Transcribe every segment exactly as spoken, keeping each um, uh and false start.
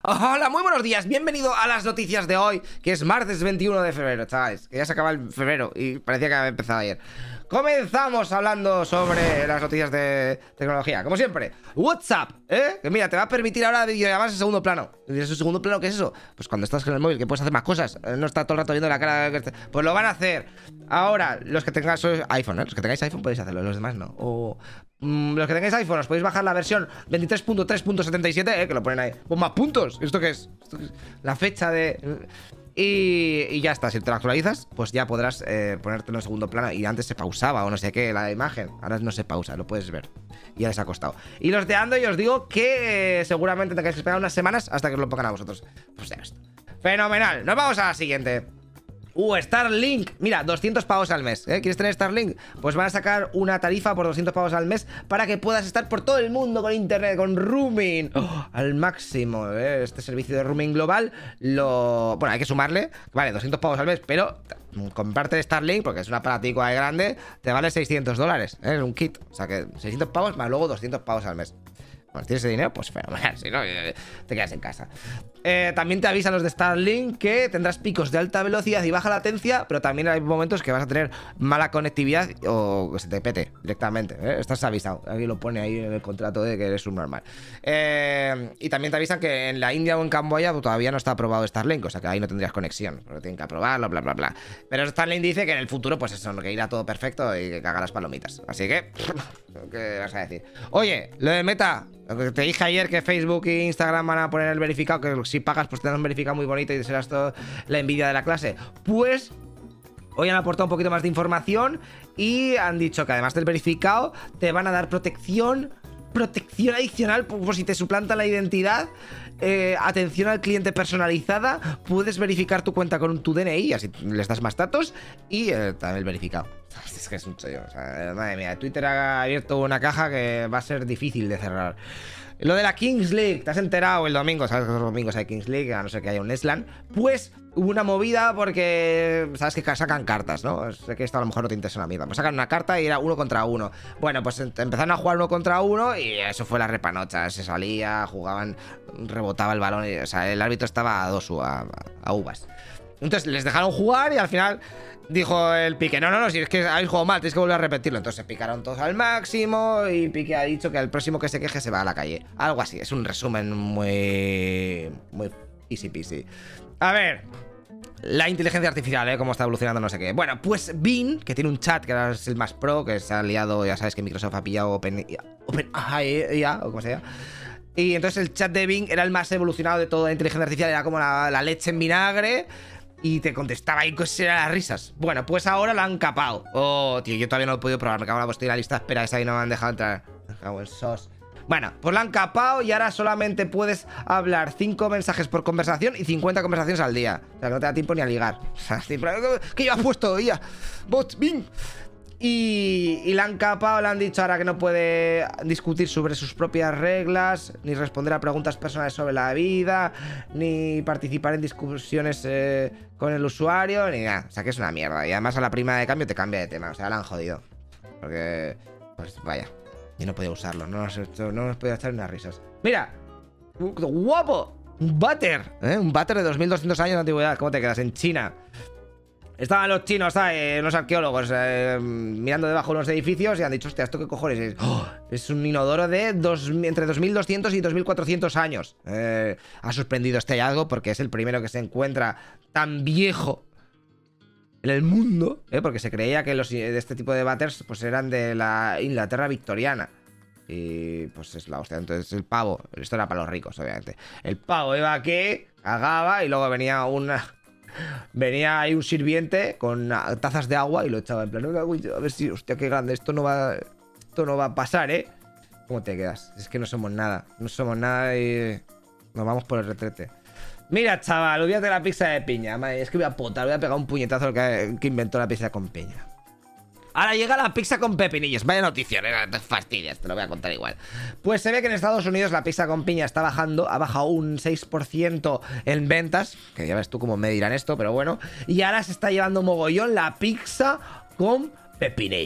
Hola, muy buenos días, bienvenido a las noticias de hoy, que es martes veintiuno de febrero, chavales, que ya se acaba el febrero y parecía que había empezado ayer. Comenzamos hablando sobre las noticias de tecnología, como siempre. WhatsApp, ¿eh? Que mira, te va a permitir ahora videollamadas en segundo plano. ¿Y eso segundo plano qué es eso? Pues cuando estás con el móvil, que puedes hacer más cosas, no estás todo el rato viendo la cara. Pues lo van a hacer. Ahora, los que tengáis iPhone, ¿eh? Los que tengáis iPhone podéis hacerlo, los demás no. O mmm, los que tengáis iPhone, os podéis bajar la versión veintitrés punto tres punto setenta y siete, ¿eh? Que lo ponen ahí. Pues más puntos. ¿Esto qué es? ¿Esto qué es? La fecha de... Y, y ya está, si te lo actualizas, pues ya podrás eh, ponértelo en segundo plano. Y antes se pausaba o no sé qué la imagen. Ahora no se pausa, lo puedes ver. Y ya les ha costado. Y los de Android os digo que eh, seguramente tengáis que esperar unas semanas hasta que os lo pongan a vosotros. Pues ya está. Fenomenal, nos vamos a la siguiente. Uh, Starlink, mira, doscientos pavos al mes, ¿eh? ¿Quieres tener Starlink? Pues van a sacar una tarifa por doscientos pavos al mes para que puedas estar por todo el mundo con internet, con roaming, oh, al máximo, ¿eh? Este servicio de roaming global, lo... Bueno, hay que sumarle, vale, doscientos pavos al mes, pero comprarte Starlink, porque es un aparatico ahí grande, te vale seiscientos dólares, ¿eh? Es un kit, o sea que seiscientos pavos más luego doscientos pavos al mes. Pues tienes ese dinero, pues fenomenal, si no, te quedas en casa. Eh, también te avisan los de Starlink que tendrás picos de alta velocidad y baja latencia, pero también hay momentos que vas a tener mala conectividad o que se te pete directamente, ¿eh? Estás avisado, aquí lo pone ahí en el contrato de que eres subnormal. Eh, y también te avisan que en la India o en Camboya todavía no está aprobado Starlink, o sea que ahí no tendrías conexión, pero tienen que aprobarlo, bla, bla, bla. Pero Starlink dice que en el futuro, pues eso, que irá todo perfecto y que caga las palomitas. Así que, ¿qué vas a decir? Oye, lo de Meta... Lo que te dije ayer, que Facebook e Instagram van a poner el verificado, que si pagas pues te dan un verificado muy bonito y serás todo la envidia de la clase. Pues hoy han aportado un poquito más de información y han dicho que además del verificado te van a dar protección, protección adicional por, por si te suplantan la identidad. Eh, atención al cliente personalizada, puedes verificar tu cuenta con tu D N I, así les das más datos y eh, también el verificado. Es que es un chollo, o sea, madre mía, Twitter ha abierto una caja que va a ser difícil de cerrar. Lo de la Kings League, ¿te has enterado el domingo? ¿Sabes que los domingos hay Kings League? A no ser que haya un Neslan. Pues hubo una movida porque... Sabes que sacan cartas, ¿no? Sé que esto a lo mejor no te interesa una mierda. Pues sacan una carta y era uno contra uno. Bueno, pues empezaron a jugar uno contra uno y eso fue la repanocha. Se salía, jugaban, rebotaba el balón. Y, o sea, el árbitro estaba a dos a, a uvas. Entonces les dejaron jugar y al final... Dijo el Piqué, no, no, no, si es que habéis jugado mal, tenéis que volver a repetirlo. Entonces se picaron todos al máximo y Piqué ha dicho que al próximo que se queje se va a la calle. Algo así, es un resumen muy... muy easy peasy. A ver, la inteligencia artificial, ¿eh? Cómo está evolucionando, no sé qué. Bueno, pues Bing, que tiene un chat que ahora es el más pro, que se ha liado, ya sabes que Microsoft ha pillado Open... Open A I, o como sea. Y entonces el chat de Bing era el más evolucionado de toda la inteligencia artificial, era como la, la leche en vinagre. Y te contestaba ahí cosas a las risas. Bueno, pues ahora la han capado. Oh, tío, yo todavía no lo he podido probar. Me cago en la, pues estoy en la lista de espera esa y no me han dejado entrar. Me cago en sos. Bueno, pues la han capado y ahora solamente puedes hablar cinco mensajes por conversación y cincuenta conversaciones al día. O sea, que no te da tiempo ni a ligar. O sea, ¿qué ya has puesto? Ya. Bot, Bing. Y, y la han capado, le han dicho ahora que no puede discutir sobre sus propias reglas, ni responder a preguntas personales sobre la vida, ni participar en discusiones eh, con el usuario, ni nada. O sea que es una mierda. Y además a la prima de cambio te cambia de tema. O sea, la han jodido. Porque, pues vaya, yo no podía usarlo. No nos, no nos podía echar unas risas. Mira, guapo. Un váter, ¿eh? Un váter de dos mil doscientos años de antigüedad. ¿Cómo te quedas? En China. Estaban los chinos, ¿sabes? Los arqueólogos eh, mirando debajo de los edificios y han dicho, hostia, ¿esto qué cojones es? Oh, es un inodoro de dos, entre dos mil doscientos y dos mil cuatrocientos años. Eh, ha sorprendido este hallazgo porque es el primero que se encuentra tan viejo en el mundo, ¿eh? Porque se creía que los de este tipo de váteres pues eran de la Inglaterra victoriana. Y pues es la hostia. Entonces el pavo, esto era para los ricos, obviamente. El pavo iba aquí, cagaba y luego venía una... Venía ahí un sirviente con tazas de agua y lo echaba en plan, a ver si, hostia, qué grande, esto no va, esto no va a pasar, ¿eh? ¿Cómo te quedas? Es que no somos nada, no somos nada y nos vamos por el retrete. Mira, chaval, olvídate de la pizza de piña, madre, es que voy a potar, voy a pegar un puñetazo al que, que inventó la pizza con piña. Ahora llega la pizza con pepinillos. Vaya noticia, no te fastidias, te lo voy a contar igual. Pues se ve que en Estados Unidos la pizza con piña está bajando. Ha bajado un seis por ciento en ventas. Que ya ves tú cómo me dirán esto, pero bueno. Y ahora se está llevando mogollón la pizza con pepinillos.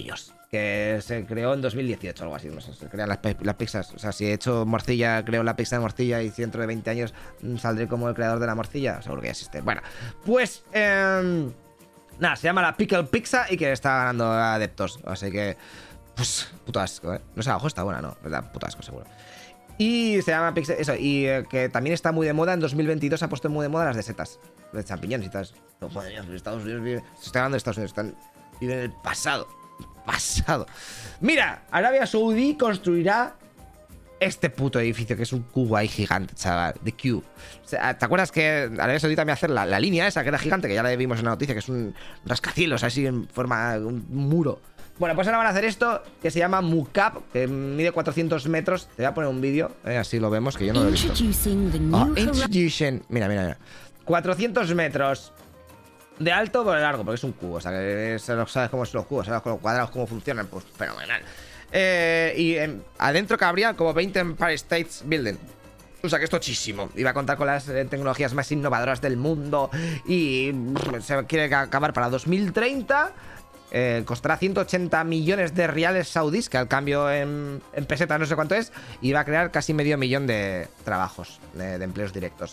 que se creó en dos mil dieciocho o algo así, no sé, se crean las, las pizzas. O sea, si he hecho morcilla, creo la pizza de morcilla y si dentro de veinte años saldré como el creador de la morcilla, seguro que ya existe. Bueno, pues eh, nada, se llama la Pickle Pizza y que está ganando adeptos, así que pues puto asco, ¿eh? No sé, a lo mejor está buena, no, verdad, puto asco seguro. Y se llama Pixel, eso, y eh, que también está muy de moda. En dos mil veintidós ha puesto muy de moda las de setas, de champiñones y tal. No, madre mía, Estados Unidos vive, se está hablando de Estados Unidos, están, viven en el pasado. Pasado. Mira, Arabia Saudí construirá este puto edificio, que es un cubo ahí gigante, chaval, de Q. O sea, ¿te acuerdas que Arabia Saudí también hacer la, la línea esa que era gigante, que ya la vimos en la noticia, que es un rascacielos así en forma de un muro? Bueno, pues ahora van a hacer esto que se llama Mukab, que mide cuatrocientos metros. Te voy a poner un vídeo, eh, así lo vemos, que yo no lo he visto. Oh, introducing. Mira, mira, mira. cuatrocientos metros de alto por el largo, porque es un cubo. O sea, que sabes cómo son los cubos, sabes con los cuadrados cómo funcionan, pues fenomenal. Eh, y eh, adentro cabría como veinte Empire State Building. O sea que es tochísimo. Y va a contar con las eh, tecnologías más innovadoras del mundo. Y pff, se quiere acabar para dos mil treinta. Eh, costará ciento ochenta millones de reales saudíes, que al cambio en, en pesetas no sé cuánto es. Y va a crear casi medio millón de trabajos, de, de empleos directos.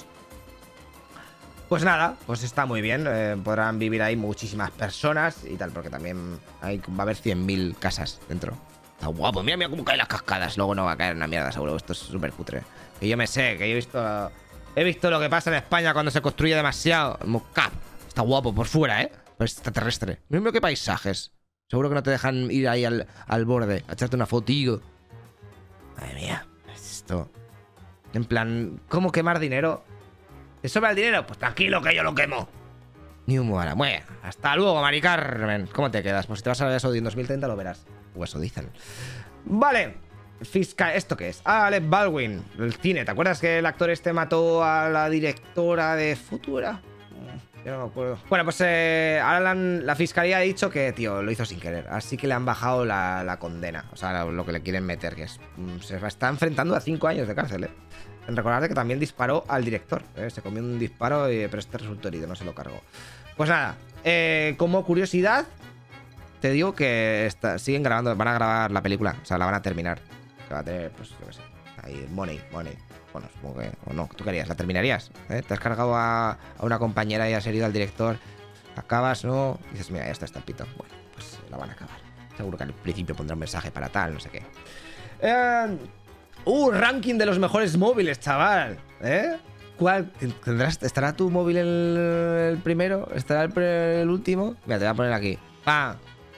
Pues nada, pues está muy bien. eh, Podrán vivir ahí muchísimas personas y tal, porque también hay, va a haber cien mil casas dentro. Está guapo, mira, mira cómo caen las cascadas. Luego no va a caer una mierda, seguro. Esto es súper cutre. Que yo me sé, que yo he visto He visto lo que pasa en España cuando se construye demasiado. Mukab, está guapo por fuera, ¿eh? Pues extraterrestre. Mira, mira qué paisajes. Seguro que no te dejan ir ahí al, al borde a echarte una fotillo. Madre mía, esto. En plan, ¿cómo quemar dinero? ¿Te sobra el dinero? Pues tranquilo que yo lo quemo. Ni un muera. Bueno, hasta luego, Mari Carmen. ¿Cómo te quedas? Pues si te vas a ver eso en dos mil treinta lo verás. O eso dicen. Vale. Fiscal. ¿Esto qué es? Ah, Alec Baldwin. El cine. ¿Te acuerdas que el actor este mató a la directora de Futura? Yo no me acuerdo. Bueno, pues eh, ahora la, la fiscalía ha dicho que, tío, lo hizo sin querer. Así que le han bajado la, la condena. O sea, lo, lo que le quieren meter, que es... Se está enfrentando a cinco años de cárcel, ¿eh? Recordad que también disparó al director, ¿eh? Se comió un disparo, y, pero este resultó herido, no se lo cargó. Pues nada, eh, como curiosidad, te digo que está, siguen grabando, van a grabar la película. O sea, la van a terminar. Se va a tener, pues, yo qué sé. Ahí, money, money. Bueno, supongo que... O no, ¿tú querías? ¿La terminarías? ¿Eh? ¿Te has cargado a, a una compañera y has herido al director? ¿Acabas, no? Y dices, mira, ya está estampito. Bueno, pues la van a acabar. Seguro que al principio pondrá un mensaje para tal, no sé qué. Eh... Uh, ranking de los mejores móviles, chaval. ¿Eh? ¿Cuál? ¿Tendrás, ¿Estará tu móvil el, el primero? ¿Estará el, el último? Mira, te voy a poner aquí. Ah.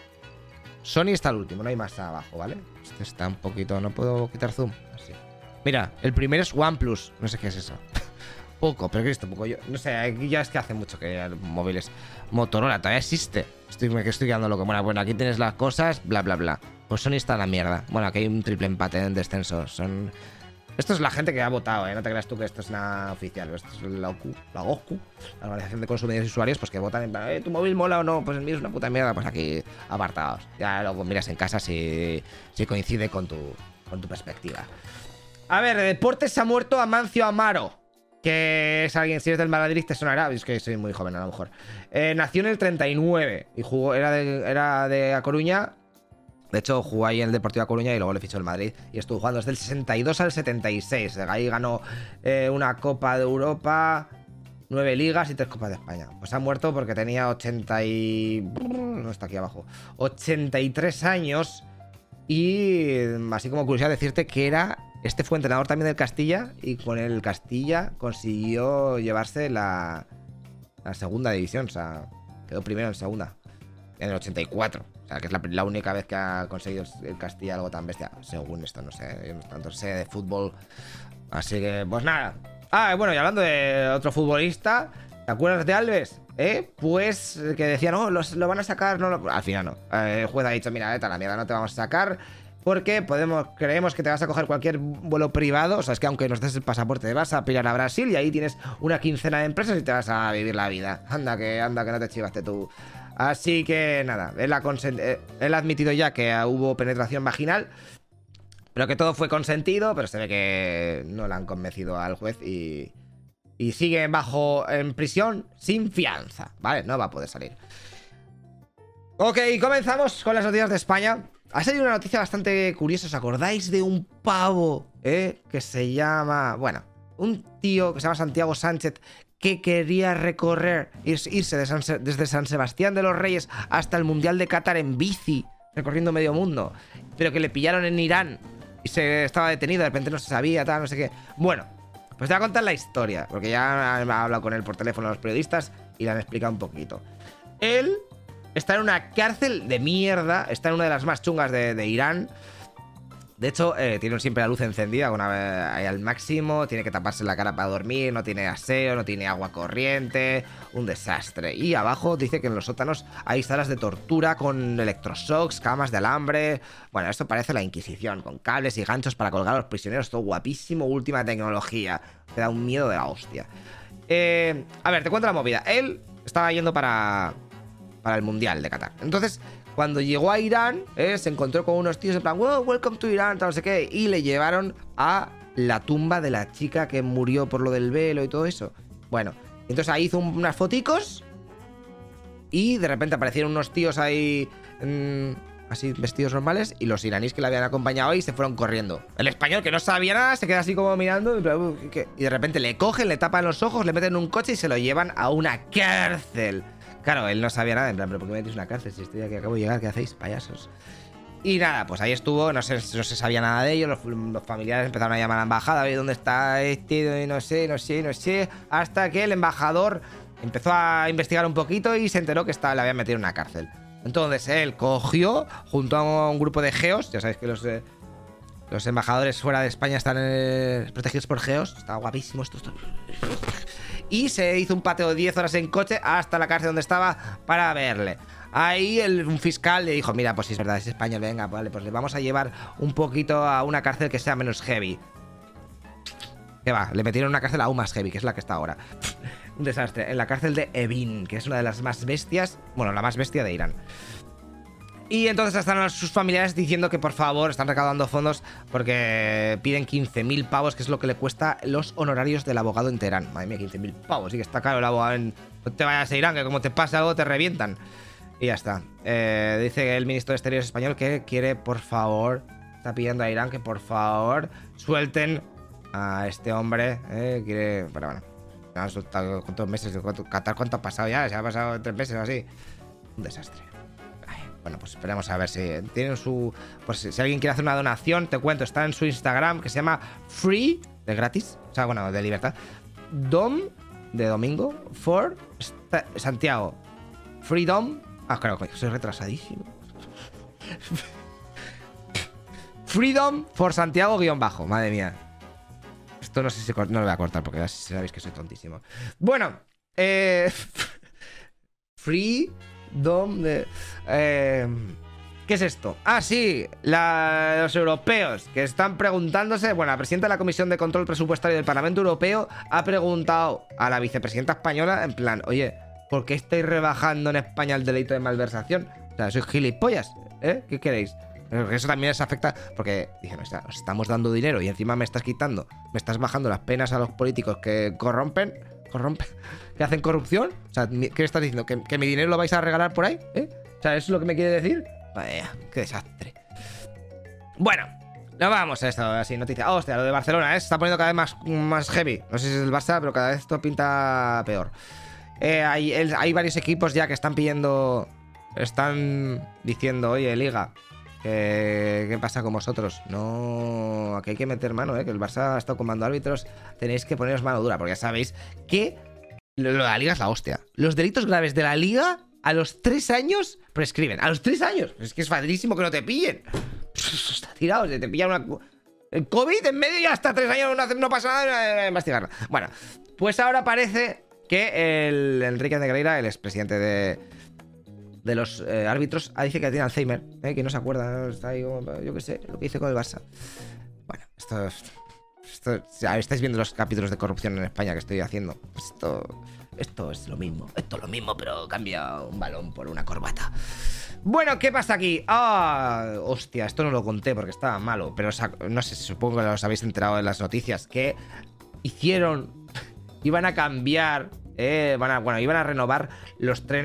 Sony está el último, no hay más abajo, ¿vale? Este está un poquito... No puedo quitar zoom. Así. Mira, el primero es OnePlus. No sé qué es eso. Poco, pero Cristo, poco. Yo, no sé, aquí ya es que hace mucho que ya móviles. Motorola todavía existe. Estoy, me estoy quedando loco. Bueno, bueno, aquí tienes las cosas, bla, bla, bla. Pues Sony está en la mierda. Bueno, aquí hay un triple empate en descenso. Son... Esto es la gente que ha votado, ¿eh? No te creas tú que esto es nada oficial. Esto es la O C U, la O C U, la Organización de Consumidores y Usuarios, pues que votan en plan, ¿eh, tu móvil mola o no? Pues el mío es una puta mierda. Pues aquí apartados. Ya luego miras en casa si, si coincide con tu, con tu perspectiva. A ver, de deportes se ha muerto Amancio Amaro. Que es alguien, si eres del Madrid te sonará. Es que soy muy joven a lo mejor. Eh, nació en el treinta y nueve y jugó, era de, era de A Coruña. De hecho, jugó ahí en el Deportivo A Coruña y luego le fichó el Madrid. Y estuvo jugando desde el sesenta y dos al setenta y seis. Ahí ganó eh, una Copa de Europa, nueve ligas y tres Copas de España. Pues ha muerto porque tenía ochenta y... No está aquí abajo. ochenta y tres años. Y así como curiosidad decirte que era... Este fue entrenador también del Castilla. Y con el Castilla consiguió llevarse la, la segunda división. O sea, quedó primero en segunda. En el ochenta y cuatro. O sea, que es la, la única vez que ha conseguido el Castilla algo tan bestia. Según esto, no sé. Yo no tanto sé de fútbol. Así que, pues nada. Ah, bueno, y hablando de otro futbolista. ¿Te acuerdas de Alves? ¿Eh? Pues que decían, no, los, lo van a sacar. No, lo... Al final no. Eh, el juez ha dicho, mira, vete a la mierda, no te vamos a sacar. Porque podemos, creemos que te vas a coger cualquier vuelo privado. O sea, es que aunque nos des el pasaporte, te vas a pirar a Brasil y ahí tienes una quincena de empresas y te vas a vivir la vida. Anda que, anda que no te chivaste tú. Así que nada, él ha, él ha admitido ya que hubo penetración vaginal, pero que todo fue consentido, pero se ve que no le han convencido al juez y, y sigue bajo en prisión sin fianza, ¿vale? No va a poder salir. Ok, comenzamos con las noticias de España. ha salido una noticia bastante curiosa. ¿Os acordáis de un pavo, eh? Que se llama... Bueno, un tío que se llama Santiago Sánchez, que quería recorrer, irse de San, desde San Sebastián de los Reyes hasta el Mundial de Qatar en bici, recorriendo medio mundo, pero que le pillaron en Irán y se estaba detenido, de repente no se sabía, tal, no sé qué. Bueno, pues te voy a contar la historia, porque ya he hablado con él por teléfono a los periodistas y le han explicado un poquito. Él está en una cárcel de mierda, está en una de las más chungas de, de Irán. De hecho, eh, tiene siempre la luz encendida una vez ahí al máximo, tiene que taparse la cara para dormir, no tiene aseo, no tiene agua corriente, un desastre. Y abajo dice que en los sótanos hay salas de tortura con electroshocks, camas de alambre. Bueno, esto parece la Inquisición, con cables y ganchos para colgar a los prisioneros, todo guapísimo, última tecnología. Te da un miedo de la hostia. Eh, a ver, te cuento la movida. Él estaba yendo para, para el Mundial de Qatar. Entonces... Cuando llegó a Irán, eh, se encontró con unos tíos en plan, wow, welcome to Irán, tal, no sé qué, y le llevaron a la tumba de la chica que murió por lo del velo y todo eso. Bueno, entonces ahí hizo un, unas foticos y de repente aparecieron unos tíos ahí, mmm, así vestidos normales, y los iraníes que le habían acompañado y se fueron corriendo. El español, que no sabía nada, se queda así como mirando y, y de repente le cogen, le tapan los ojos, le meten en un coche y se lo llevan a una cárcel. Claro, él no sabía nada, en plan, ¿pero por qué me metéis en una cárcel? Si estoy aquí, acabo de llegar, ¿qué hacéis, payasos? Y nada, pues ahí estuvo, no se, no se sabía nada de ello, los, los familiares empezaron a llamar a la embajada, a ver dónde está este, no sé, no sé, no sé, hasta que el embajador empezó a investigar un poquito y se enteró que estaba, le habían metido en una cárcel. Entonces él cogió, junto a un grupo de geos, ya sabéis que los, eh, los embajadores fuera de España están eh, protegidos por geos, está guapísimo esto, esto. Y se hizo un pateo de diez horas en coche hasta la cárcel donde estaba para verle. Ahí el, un fiscal le dijo, mira, pues si es verdad, es español, venga, vale, pues le vamos a llevar un poquito a una cárcel que sea menos heavy. ¿Qué va? Le metieron en una cárcel aún más heavy, que es la que está ahora. Un desastre. En la cárcel de Evin, que es una de las más bestias, bueno, la más bestia de Irán. Y entonces están sus familiares diciendo que por favor están recaudando fondos porque piden quince mil pavos, que es lo que le cuesta los honorarios del abogado en Teherán. Madre mía, quince mil pavos, sí que está caro el abogado en... No te vayas a Irán, que como te pasa algo te revientan. Y ya está. Eh, dice el ministro de Exteriores español que quiere, por favor, está pidiendo a Irán que por favor suelten a este hombre. Eh, quiere... Pero bueno, no han soltado cuántos meses, cuánto, Qatar cuánto ha pasado ya, se ha pasado tres meses o así. Un desastre. Bueno, pues esperemos a ver si tienen su... Pues si alguien quiere hacer una donación, te cuento, está en su Instagram, que se llama Free, de gratis, o sea, bueno, de libertad, Dom, de domingo, for Santiago. Freedom... Ah, claro, soy retrasadísimo. Freedom for Santiago guión bajo, madre mía. Esto no sé si... No lo voy a cortar porque ya sabéis que soy tontísimo. Bueno, eh... Free... Dom de... Eh, ¿Qué es esto? Ah, sí, la, los europeos que están preguntándose... Bueno, la presidenta de la Comisión de Control Presupuestario del Parlamento Europeo ha preguntado a la vicepresidenta española en plan, oye, ¿por qué estáis rebajando en España el delito de malversación? O sea, sois gilipollas, ¿eh? ¿Qué queréis? Eso también les afecta porque dicen, o sea, os estamos dando dinero y encima me estás quitando, me estás bajando las penas a los políticos que corrompen... corrompen, que hacen corrupción. O sea, ¿qué estás diciendo? ¿Que, ¿Que mi dinero lo vais a regalar por ahí? ¿Eh? O sea, ¿eso es lo que me quiere decir? Vaya, qué desastre. Bueno, nos vamos a esto, así, noticia. Oh, hostia, lo de Barcelona, ¿eh? Se está poniendo cada vez más, más heavy. No sé si es el Barça, pero cada vez esto pinta peor. Eh, hay, el, hay varios equipos ya que están pidiendo... Están diciendo, oye, Liga, ¿qué, qué pasa con vosotros? No, aquí hay que meter mano, ¿eh? Que el Barça ha estado con mando árbitros. Tenéis que poneros mano dura, porque ya sabéis que lo de la Liga es la hostia. Los delitos graves de la Liga a los tres años prescriben. A los tres años. Es que es facilísimo que no te pillen. Está tirado, te pillan una... El COVID en medio y hasta tres años no, no pasa nada en investigarlo. Bueno, pues ahora parece que el Enrique Negreira, el expresidente de... de los eh, árbitros, ah, dice que tiene Alzheimer, eh, que no se acuerda, ¿no? Está ahí como, yo qué sé, lo que hice con el Barça. Bueno, esto, esto, ya estáis viendo los capítulos de corrupción en España que estoy haciendo. Esto, esto es lo mismo, esto es lo mismo, pero cambia un balón por una corbata. Bueno, ¿qué pasa aquí? Ah, hostia, esto no lo conté porque estaba malo, pero no sé, supongo que os habéis enterado en las noticias que hicieron, iban a cambiar, eh, van a, bueno, iban a renovar los trenes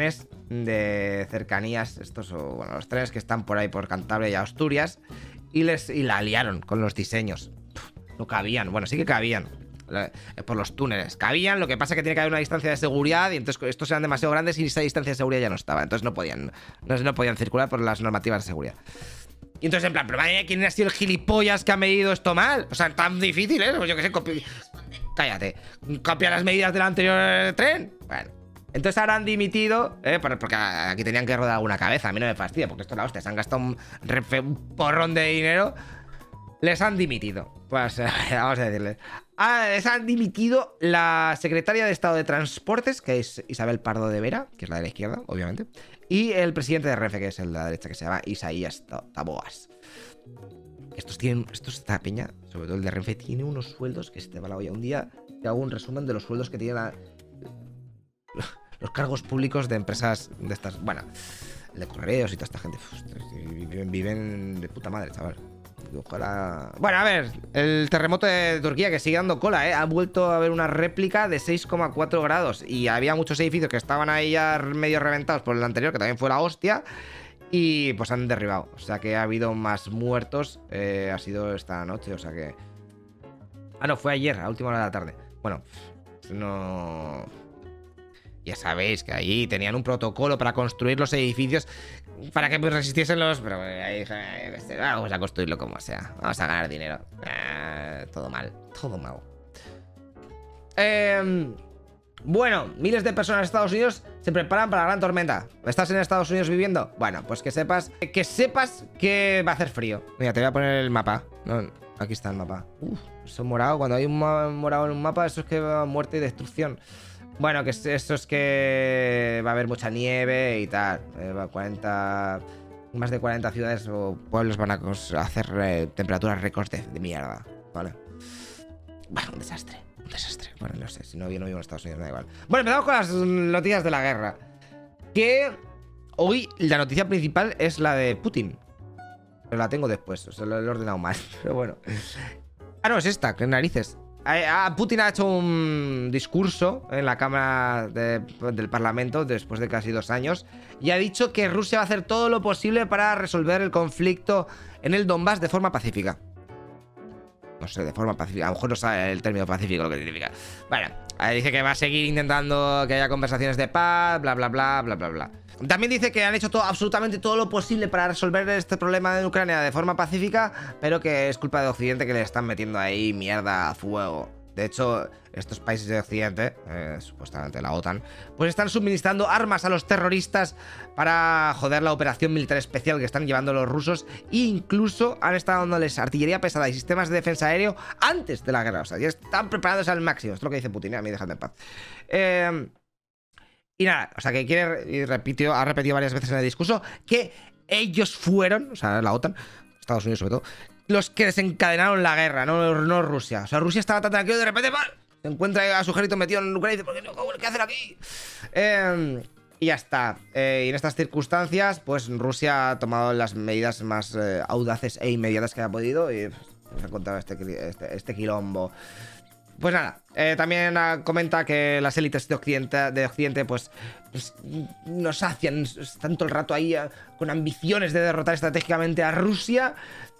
de cercanías, estos, o, bueno, los trenes que están por ahí por Cantabria y Asturias, y, les, y la liaron con los diseños. No cabían, bueno, sí que cabían. Por los túneles cabían, lo que pasa es que tiene que haber una distancia de seguridad y entonces estos eran demasiado grandes y esa distancia de seguridad ya no estaba, entonces no podían no, no podían circular por las normativas de seguridad. Y entonces en plan, pero madre, ¿quién ha sido el gilipollas que ha medido esto mal? O sea, tan difícil, ¿eh? Pues yo que sé, copi... cállate, copia las medidas del anterior tren. Bueno, entonces ahora han dimitido, ¿eh? Porque aquí tenían que rodar alguna cabeza. A mí no me fastidia, porque esto es la hostia, se han gastado un, un porrón de dinero. Les han dimitido. Pues vamos a decirles. Ah, les han dimitido la secretaria de Estado de Transportes, que es Isabel Pardo de Vera, que es la de la izquierda, obviamente. Y el presidente de Renfe, que es el de la derecha, que se llama Isaías Taboas. Estos tienen, estos esta peña, sobre todo el de Renfe, tiene unos sueldos que se te va la olla. Un día te hago un resumen de los sueldos que tienen la, los cargos públicos de empresas de estas, bueno, de correos y toda esta gente. Uf, viven, viven de puta madre, chaval. Ojalá... Bueno, a ver, el terremoto de Turquía que sigue dando cola, ¿eh? Ha vuelto a haber una réplica de seis coma cuatro grados y había muchos edificios que estaban ahí ya medio reventados por el anterior, que también fue la hostia, y pues han derribado. O sea que ha habido más muertos, eh, ha sido esta noche, o sea que... Ah, no, fue ayer, a última hora de la tarde. Bueno, no... Ya sabéis que allí tenían un protocolo para construir los edificios para que resistiesen los... Pero ahí, vamos a construirlo como sea. Vamos a ganar dinero. Eh, todo mal, todo mal. Eh, bueno, miles de personas en Estados Unidos se preparan para la gran tormenta. ¿Estás en Estados Unidos viviendo? Bueno, pues que sepas que sepas que va a hacer frío. Mira, te voy a poner el mapa. No, aquí está el mapa. Uf, eso morado. Cuando hay un morado en un mapa, eso es que va muerte y destrucción. Bueno, que eso es que va a haber mucha nieve y tal. Eh, cuarenta, más de cuarenta ciudades o pueblos van a hacer eh, temperaturas récords de, de mierda, ¿vale? Bueno, un desastre, un desastre. Bueno, no sé, si no, yo no vivo en Estados Unidos, me da igual. Bueno, empezamos con las noticias de la guerra. Que hoy la noticia principal es la de Putin. Pero la tengo después, o sea, lo he ordenado mal. Pero bueno. Ah, no, es esta, que narices. Putin ha hecho un discurso en la Cámara de, del Parlamento después de casi dos años y ha dicho que Rusia va a hacer todo lo posible para resolver el conflicto en el Donbass de forma pacífica. No sé, de forma pacífica. A lo mejor no sabe el término pacífico lo que significa. Bueno, dice que va a seguir intentando que haya conversaciones de paz, bla, bla, bla, bla, bla, bla. También dice que han hecho todo, absolutamente todo lo posible para resolver este problema de Ucrania de forma pacífica, pero que es culpa de Occidente que le están metiendo ahí mierda a fuego. De hecho, estos países de Occidente, eh, supuestamente la OTAN, pues están suministrando armas a los terroristas para joder la operación militar especial que están llevando los rusos e incluso han estado dándoles artillería pesada y sistemas de defensa aéreo antes de la guerra. O sea, ya están preparados al máximo. Esto es lo que dice Putin, ¿eh? A mí déjame en paz. Eh... Y nada, o sea que quiere, y repitió, ha repetido varias veces en el discurso que ellos fueron, o sea, la OTAN, Estados Unidos sobre todo, los que desencadenaron la guerra, no, no Rusia. O sea, Rusia estaba tan tranquilo y de repente ¡pam! Se encuentra a su ejército metido en Ucrania y dice, ¿por qué, ¿qué hacen aquí? Eh, y ya está. Eh, y en estas circunstancias, pues Rusia ha tomado las medidas más eh, audaces e inmediatas que ha podido y pues, se ha encontrado este, este, este quilombo. Pues nada, eh, también uh, comenta que las élites de Occidente, de Occidente pues, pues nos sacian, están todo el rato ahí uh, con ambiciones de derrotar estratégicamente a Rusia.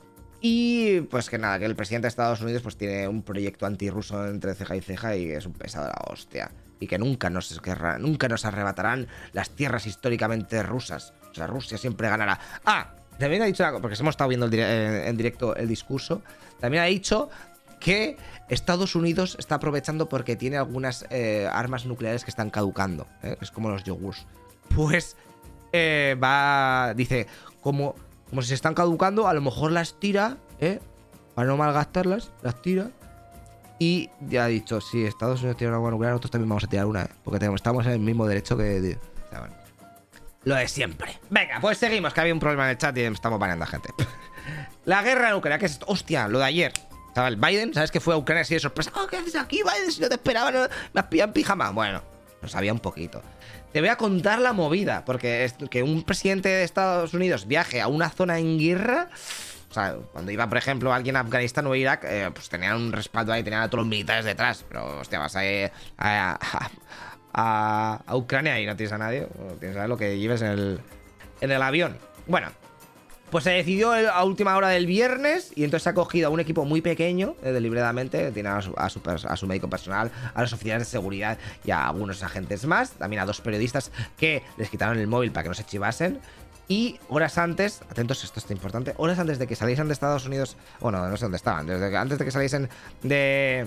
Y pues que nada, que el presidente de Estados Unidos pues tiene un proyecto antirruso entre ceja y ceja y es un pesado de la hostia. Y que nunca nos, querrá, nunca nos arrebatarán las tierras históricamente rusas. O sea, Rusia siempre ganará. Ah, también ha dicho, porque hemos estado viendo el dire eh, en directo el discurso, también ha dicho que Estados Unidos está aprovechando porque tiene algunas eh, armas nucleares que están caducando, ¿eh? Es como los yogures. Pues eh, va, dice, como, como si se están caducando, a lo mejor las tira, ¿eh? Para no malgastarlas, las tira. Y ya ha dicho, si Estados Unidos tiene una arma nuclear, nosotros también vamos a tirar una, ¿eh? Porque tenemos, estamos en el mismo derecho que... De, o sea, bueno, lo de siempre. Venga, pues seguimos, que había un problema en el chat y estamos baneando a gente. La guerra en Ucrania, que es, hostia, lo de ayer. ¿Sabes? Biden, ¿sabes que fue a Ucrania así de sorpresa? Oh, ¿qué haces aquí, Biden? Si no te esperaba, no, me has pillado en pijama. Bueno, lo sabía un poquito. Te voy a contar la movida, porque es que un presidente de Estados Unidos viaje a una zona en guerra. O sea, cuando iba, por ejemplo, alguien a Afganistán o Irak, eh, pues tenían un respaldo ahí, tenían a todos los militares detrás. Pero, hostia, vas a ir a, a, a, a Ucrania y no tienes a nadie. Tienes a ver lo que lleves en el, en el avión. Bueno, pues se decidió a última hora del viernes y entonces se ha cogido a un equipo muy pequeño, eh, deliberadamente. Tiene a su, a, su, a su médico personal, a los oficiales de seguridad y a algunos agentes más. También a dos periodistas que les quitaron el móvil para que no se chivasen. Y horas antes, atentos, esto está importante, horas antes de que saliesen de Estados Unidos, bueno, no sé dónde estaban, desde que, antes de que saliesen de...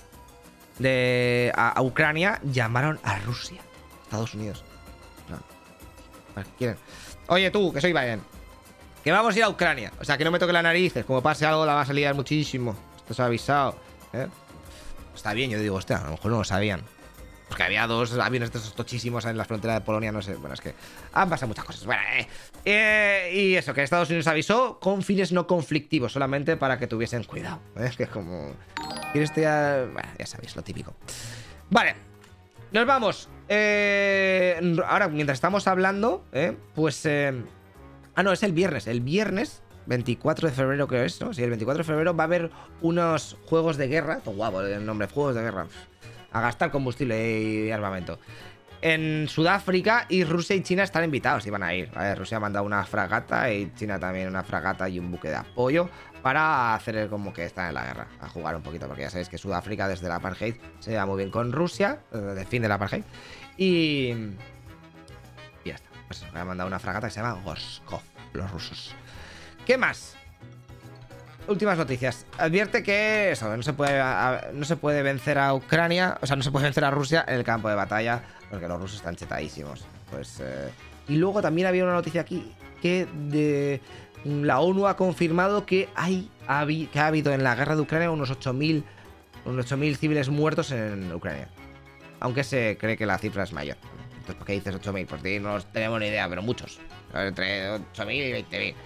de a, a Ucrania, llamaron a Rusia, Estados Unidos. No. Vale, quieren. Oye tú, que soy Biden, que vamos a ir a Ucrania, o sea, que no me toque las narices, como pase algo la va a salir muchísimo. Esto se ha avisado, ¿eh? Está bien, yo digo, hostia, a lo mejor no lo sabían. Porque había dos aviones de esos tochísimos en la frontera de Polonia, no sé. Bueno, es que han pasado muchas cosas. Bueno, eh, eh, y eso, que Estados Unidos avisó con fines no conflictivos, solamente para que tuviesen cuidado. ¿Eh? Es que es como... ¿Quieres ya... Bueno, ya sabéis, lo típico. Vale, nos vamos. Eh, ahora, mientras estamos hablando, eh, pues... Eh... Ah, no, es el viernes. El viernes... veinticuatro de febrero creo es, ¿no? Sí, el veinticuatro de febrero va a haber unos juegos de guerra. Todo guapo el nombre, juegos de guerra. A gastar combustible y armamento. En Sudáfrica, y Rusia y China están invitados y van a ir. A ver, Rusia ha mandado una fragata y China también una fragata y un buque de apoyo para hacer como que están en la guerra, a jugar un poquito, porque ya sabéis que Sudáfrica desde la apartheid se lleva muy bien con Rusia, desde el fin de la apartheid. Y... y ya está. Pues me ha mandado una fragata que se llama Goskov, los rusos. ¿Qué más? Últimas noticias. Advierte que eso, no se puede a, no se puede vencer a Ucrania, o sea, no se puede vencer a Rusia en el campo de batalla, porque los rusos están chetadísimos. Pues eh, y luego también había una noticia aquí que de la ONU ha confirmado que hay ha, que ha habido en la guerra de Ucrania unos ocho mil unos ocho mil civiles muertos en Ucrania. Aunque se cree que la cifra es mayor. Entonces, ¿por qué dices ocho mil? Porque no tenemos ni idea, pero muchos. Entre ocho mil y veinte mil.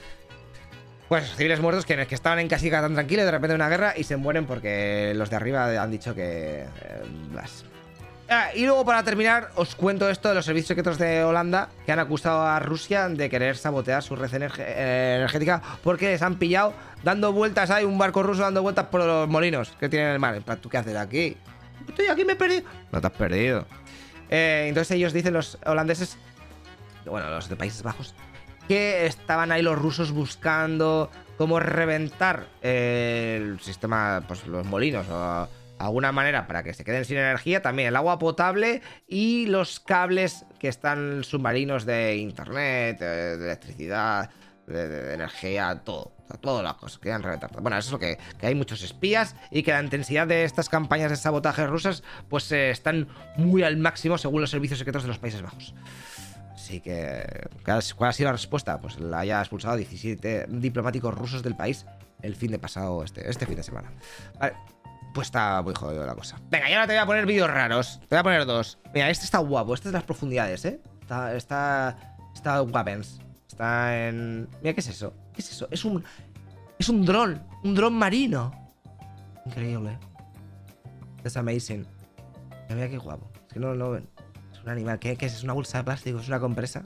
Pues civiles muertos que, que estaban en casica tan tranquilos, de repente una guerra y se mueren porque los de arriba han dicho que... Eh, las... ah, y luego para terminar os cuento esto de los servicios secretos de Holanda que han acusado a Rusia de querer sabotear su red energética porque les han pillado dando vueltas. Hay un barco ruso dando vueltas por los molinos que tienen en el mar. En plan, ¿tú qué haces aquí? Estoy aquí, me he perdido. No te has perdido. Eh, entonces ellos dicen, los holandeses, bueno, los de Países Bajos, que estaban ahí los rusos buscando cómo reventar eh, el sistema, pues los molinos o alguna manera para que se queden sin energía, también el agua potable y los cables que están submarinos de internet, de, de electricidad, de, de energía, todo. O sea, todas las cosas, querían reventar. Bueno, eso es lo que, que hay muchos espías y que la intensidad de estas campañas de sabotaje rusas pues eh, están muy al máximo según los servicios secretos de los Países Bajos. Así que, ¿cuál ha sido la respuesta? Pues la haya expulsado diecisiete diplomáticos rusos del país el fin de pasado, este, este fin de semana. Vale, pues está muy jodido la cosa. Venga, y ahora te voy a poner vídeos raros. Te voy a poner dos. Mira, este está guapo, este es de las profundidades, ¿eh? Está, está, está guapens. Está en... Mira, ¿qué es eso? ¿Qué es eso? Es un... Es un dron, un dron marino. Increíble. Es amazing. Mira, mira qué guapo. Es que no lo ven. Un animal, ¿qué, ¿qué es? ¿Es una bolsa de plástico? ¿Es una compresa?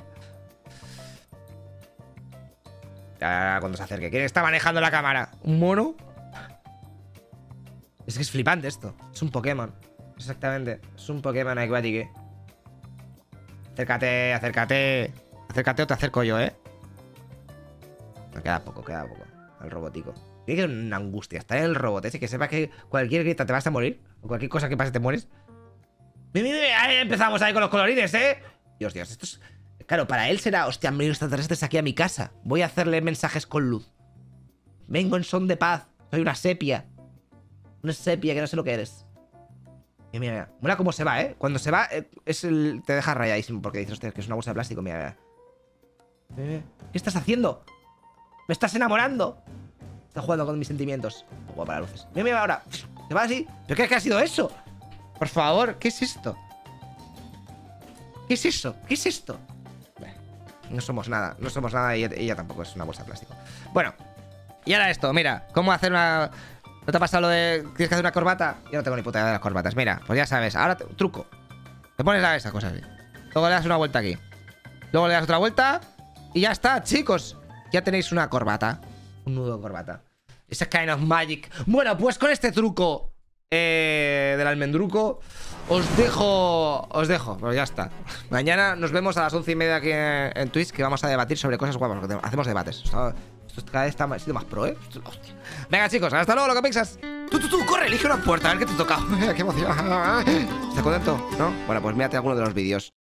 Ya, cuando se acerque. ¿Quién está manejando la cámara? ¿Un mono? Es que es flipante esto. Es un Pokémon. Exactamente. Es un Pokémon acuático. Acércate, acércate. Acércate o te acerco yo, ¿eh? Me queda poco, queda poco. El robotico. Tiene que ser una angustia estar en el robot ese, que sepa que cualquier grita te vas a morir. O cualquier cosa que pase te mueres. Ahí empezamos ahí con los colorines, ¿eh? Dios, Dios, esto es... Claro, para él será, hostia, han venido extraterrestres aquí a mi casa. Voy a hacerle mensajes con luz. Vengo en son de paz. Soy una sepia. Una sepia que no sé lo que eres. Mira, mira, mira. Mola cómo se va, ¿eh? Cuando se va, eh, es el... te deja rayadísimo porque dices, hostia, que es una bolsa de plástico. Mira, mira. ¿Qué estás haciendo? ¡Me estás enamorando! Está jugando con mis sentimientos. Guapa las luces. Mira, mira, ahora. Se va así. ¿Pero qué, qué ha sido eso? Por favor, ¿qué es esto? ¿Qué es eso? ¿Qué es esto? No somos nada, no somos nada y ella, ella tampoco es una bolsa de plástico. Bueno, y ahora esto, mira, ¿cómo hacer una... ¿No te ha pasado lo de... ¿Tienes que hacer una corbata? Yo no tengo ni puta idea de las corbatas. Mira, pues ya sabes, ahora te... truco. Te pones a esa cosa así. Luego le das una vuelta aquí. Luego le das otra vuelta y ya está, chicos. Ya tenéis una corbata. Un nudo de corbata. Esa kind of magic. Bueno, pues con este truco eh, del almendruco. Os dejo, os dejo, pues ya está. Mañana nos vemos a las once y media aquí en, en Twitch, que vamos a debatir sobre cosas guapas, porque hacemos debates. Esto, esto cada vez está más, más pro, ¿eh? Hostia. Venga, chicos, hasta luego, lo que piensas. Tú, tú, tú, corre, elige una puerta, a ver qué te toca. Qué emoción. ¿Estás contento? ¿No? Bueno, pues mírate alguno de los vídeos.